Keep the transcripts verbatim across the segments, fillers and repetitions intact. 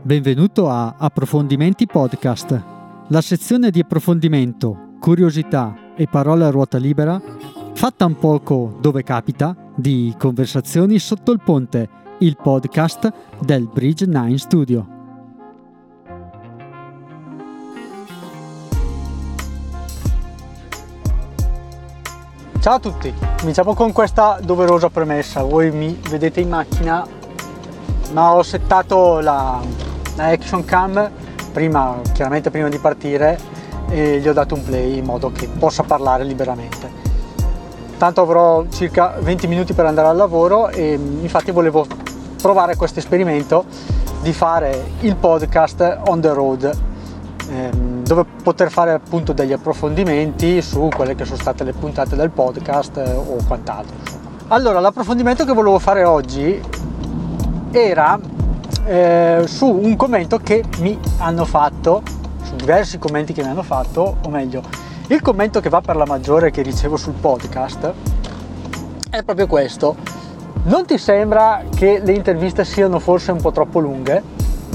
Benvenuto a Approfondimenti Podcast, la sezione di approfondimento, curiosità e parole a ruota libera, fatta un poco dove capita, di Conversazioni sotto il ponte, il podcast del Bridge nove Studio. Ciao a tutti, cominciamo con questa doverosa premessa. Voi mi vedete in macchina, ma ho settato la, la action cam prima, chiaramente prima di partire, e gli ho dato un play in modo che possa parlare liberamente. Tanto avrò circa venti minuti per andare al lavoro e infatti volevo provare questo esperimento di fare il podcast on the road, ehm, dove poter fare appunto degli approfondimenti su quelle che sono state le puntate del podcast eh, o quant'altro. Allora, l'approfondimento che volevo fare oggi era eh, su un commento che mi hanno fatto, su diversi commenti che mi hanno fatto, o meglio, il commento che va per la maggiore che ricevo sul podcast è proprio questo: non ti sembra che le interviste siano forse un po' troppo lunghe?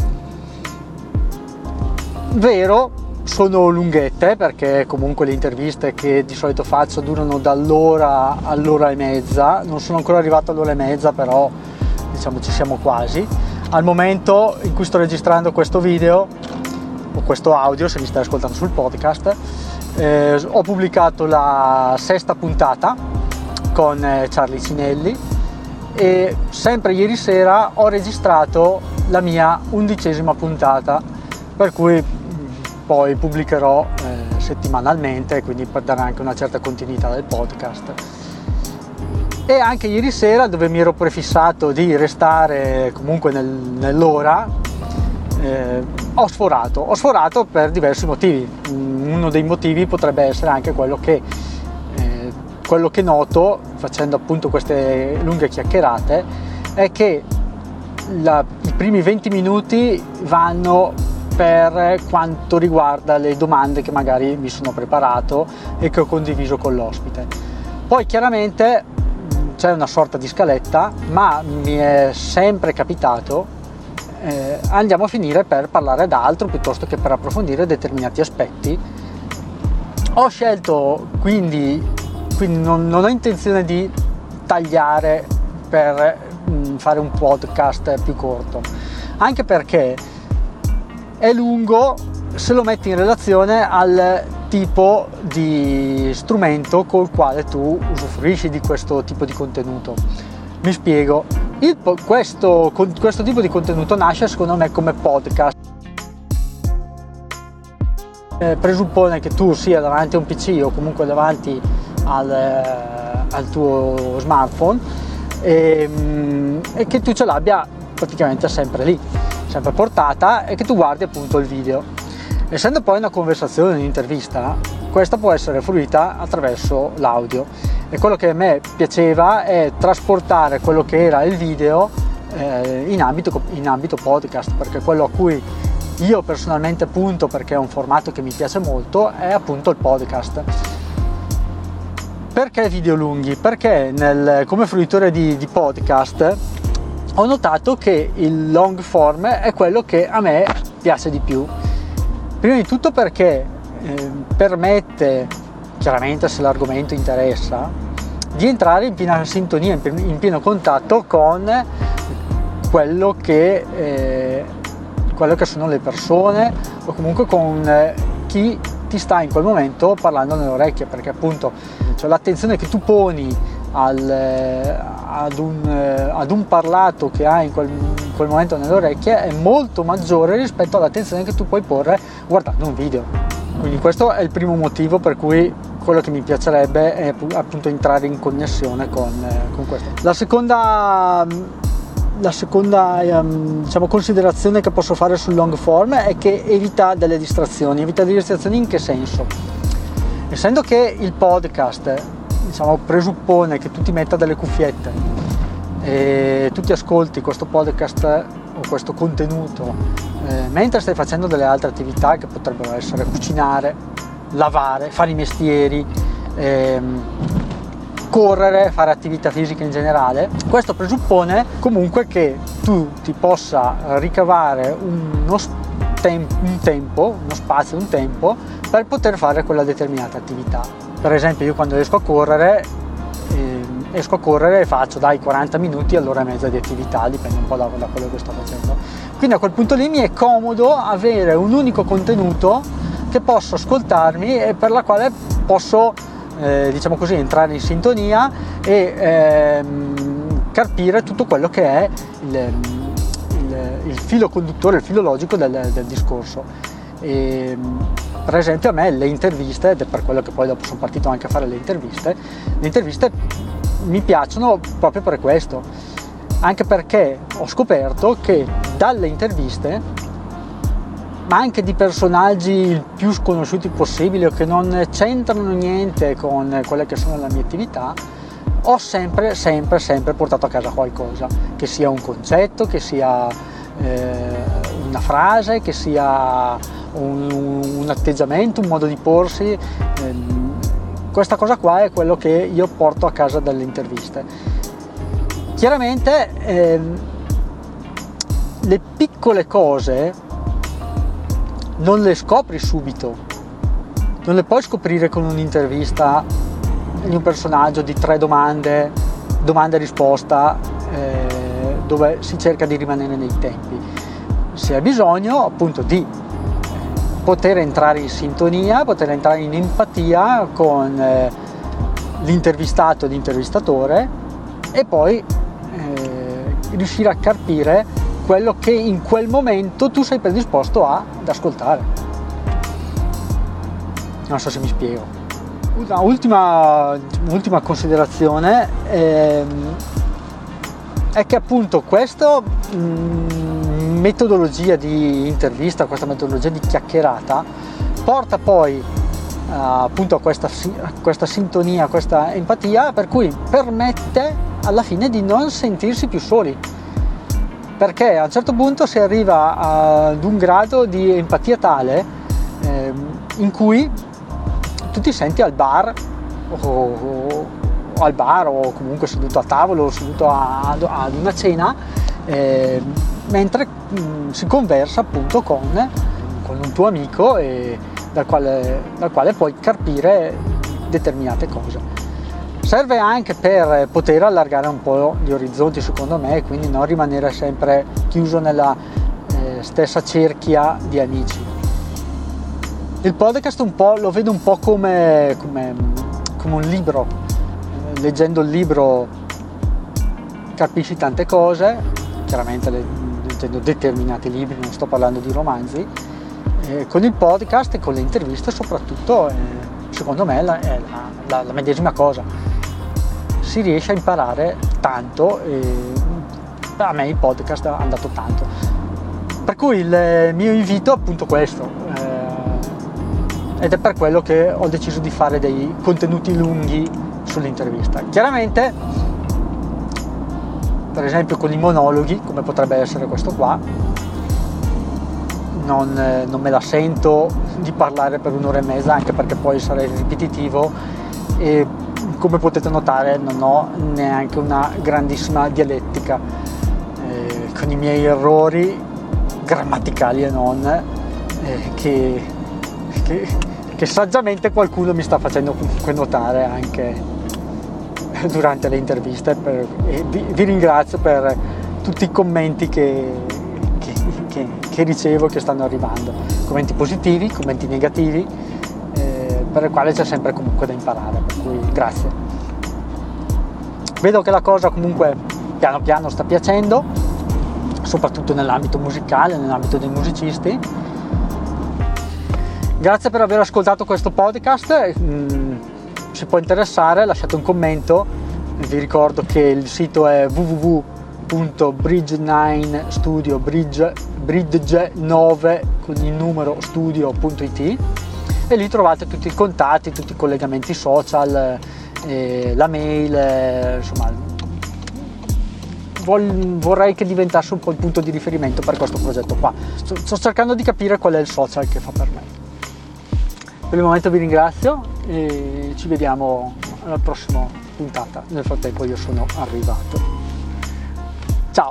Vero, sono lunghette, perché comunque le interviste che di solito faccio durano dall'ora all'ora e mezza. Non sono ancora arrivato all'ora e mezza, però diciamo ci siamo quasi. Al momento in cui sto registrando questo video o questo audio, se mi stai ascoltando sul podcast, eh, ho pubblicato la sesta puntata con eh, Charlie Cinelli, e sempre ieri sera ho registrato la mia undicesima puntata, per cui poi pubblicherò eh, settimanalmente, quindi per dare anche una certa continuità del podcast. E anche ieri sera, dove mi ero prefissato di restare comunque nel, nell'ora, eh, ho sforato, ho sforato per diversi motivi. Uno dei motivi potrebbe essere anche quello che, eh, quello che noto facendo appunto queste lunghe chiacchierate, è che la, i primi venti minuti vanno per quanto riguarda le domande che magari mi sono preparato e che ho condiviso con l'ospite. Poi chiaramente c'è una sorta di scaletta, ma mi è sempre capitato eh, andiamo a finire per parlare d'altro piuttosto che per approfondire determinati aspetti. Ho scelto quindi, quindi non, non ho intenzione di tagliare per mh, fare un podcast più corto, anche perché è lungo se lo metti in relazione al tipo di strumento col quale tu usufruisci di questo tipo di contenuto. Mi spiego. Il, questo, questo tipo di contenuto nasce secondo me come podcast. Eh, presuppone che tu sia davanti a un P C o comunque davanti al, al tuo smartphone e, e che tu ce l'abbia praticamente sempre lì, sempre a portata, e che tu guardi appunto il video. Essendo poi una conversazione, un'intervista, questa può essere fruita attraverso l'audio, e quello che a me piaceva è trasportare quello che era il video eh, in ambito, in ambito podcast, perché quello a cui io personalmente punto, perché è un formato che mi piace molto, è appunto il podcast. Perché video lunghi? Perché nel, come fruitore di, di podcast ho notato che il long form è quello che a me piace di più. Prima di tutto perché eh, permette, chiaramente se l'argomento interessa, di entrare in piena sintonia, in, pieno, in pieno contatto con quello che, eh, quello che sono le persone, o comunque con eh, chi ti sta in quel momento parlando nelle orecchie, perché appunto cioè, l'attenzione che tu poni al, eh, ad, un, eh, ad un parlato che hai in quel, in quel momento nelle orecchie è molto maggiore rispetto all'attenzione che tu puoi porre guardando un video. Quindi questo è il primo motivo per cui quello che mi piacerebbe è appunto entrare in connessione con, eh, con questo. La seconda, la seconda um, diciamo, considerazione che posso fare sul long form è che evita delle distrazioni. Evita delle distrazioni in che senso? Essendo che il podcast, diciamo, presuppone che tu ti metta delle cuffiette e tu ti ascolti questo podcast o questo contenuto eh, mentre stai facendo delle altre attività che potrebbero essere cucinare, lavare, fare i mestieri, ehm, correre, fare attività fisica in generale. Questo presuppone comunque che tu ti possa ricavare uno, tem- un tempo, uno spazio, un tempo per poter fare quella determinata attività. Per esempio io quando esco a correre, eh, esco a correre e faccio dai quaranta minuti all'ora e mezza di attività, dipende un po' da, da quello che sto facendo. Quindi a quel punto lì mi è comodo avere un unico contenuto che posso ascoltarmi e per la quale posso, eh, diciamo così, entrare in sintonia e ehm, carpire tutto quello che è il, il, il filo conduttore, il filo logico del, del discorso. E, per esempio a me le interviste, ed è per quello che poi dopo sono partito anche a fare le interviste, le interviste mi piacciono proprio per questo, anche perché ho scoperto che dalle interviste, ma anche di personaggi il più sconosciuti possibile o che non c'entrano niente con quelle che sono le mie attività, ho sempre, sempre, sempre portato a casa qualcosa, che sia un concetto, che sia eh, una frase, che sia un, un atteggiamento, un modo di porsi. Eh, questa cosa qua è quello che io porto a casa dalle interviste. Chiaramente eh, le piccole cose non le scopri subito, non le puoi scoprire con un'intervista di un personaggio di tre domande, domanda e risposta, eh, dove si cerca di rimanere nei tempi. Si ha bisogno appunto di poter entrare in sintonia, poter entrare in empatia con eh, l'intervistato e l'intervistatore e poi eh, riuscire a carpire quello che in quel momento tu sei predisposto a, ad ascoltare. Non so se mi spiego. Una ultima, ultima considerazione ehm, è che appunto questa mh, metodologia di intervista, questa metodologia di chiacchierata porta poi uh, appunto a questa, a questa sintonia, a questa empatia, per cui permette alla fine di non sentirsi più soli. Perché a un certo punto si arriva ad un grado di empatia tale eh, in cui tu ti senti al bar o, o, o al bar o comunque seduto a tavolo o seduto a, ad una cena eh, mentre mh, si conversa appunto con, con un tuo amico e dal quale, dal quale puoi carpire determinate cose. Serve anche per poter allargare un po' gli orizzonti secondo me, e quindi non rimanere sempre chiuso nella eh, stessa cerchia di amici. Il podcast un po' lo vedo un po' come, come, come un libro. Leggendo il libro capisci tante cose, chiaramente leggendo determinati libri, non sto parlando di romanzi. E con il podcast e con le interviste soprattutto, eh, secondo me è la, è la, la, la medesima cosa. Si riesce a imparare tanto e a me il podcast ha dato tanto, per cui il mio invito è appunto questo eh, ed è per quello che ho deciso di fare dei contenuti lunghi sull'intervista. Chiaramente per esempio con i monologhi, come potrebbe essere questo qua, non, eh, non me la sento di parlare per un'ora e mezza, anche perché poi sarei ripetitivo e come potete notare non ho neanche una grandissima dialettica, eh, con i miei errori grammaticali e non, eh, che, che, che saggiamente qualcuno mi sta facendo comunque notare anche durante le interviste, per, e vi, vi ringrazio per tutti i commenti che, che, che, che ricevo, che stanno arrivando, commenti positivi, commenti negativi, per il quale c'è sempre comunque da imparare, per cui grazie. Vedo che la cosa comunque piano piano sta piacendo, soprattutto nell'ambito musicale, nell'ambito dei musicisti. Grazie per aver ascoltato questo podcast, mm, si può interessare, lasciate un commento. Vi ricordo che il sito è w w w punto bridge nove studio bridge bridge nove con il numero studio punto i t e lì trovate tutti i contatti, tutti i collegamenti social, eh, la mail, eh, insomma vorrei che diventasse un po' il punto di riferimento per questo progetto qua. Sto, sto cercando di capire qual è il social che fa per me. Per il momento vi ringrazio e ci vediamo al prossimo puntata. Nel frattempo io sono arrivato. Ciao!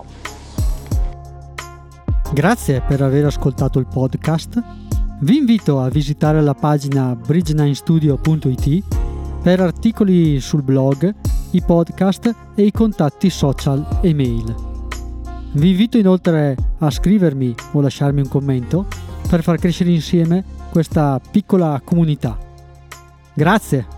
Grazie per aver ascoltato il podcast. Vi invito a visitare la pagina bridge nine studio punto it per articoli sul blog, i podcast e i contatti social e mail. Vi invito inoltre a scrivermi o lasciarmi un commento per far crescere insieme questa piccola comunità. Grazie!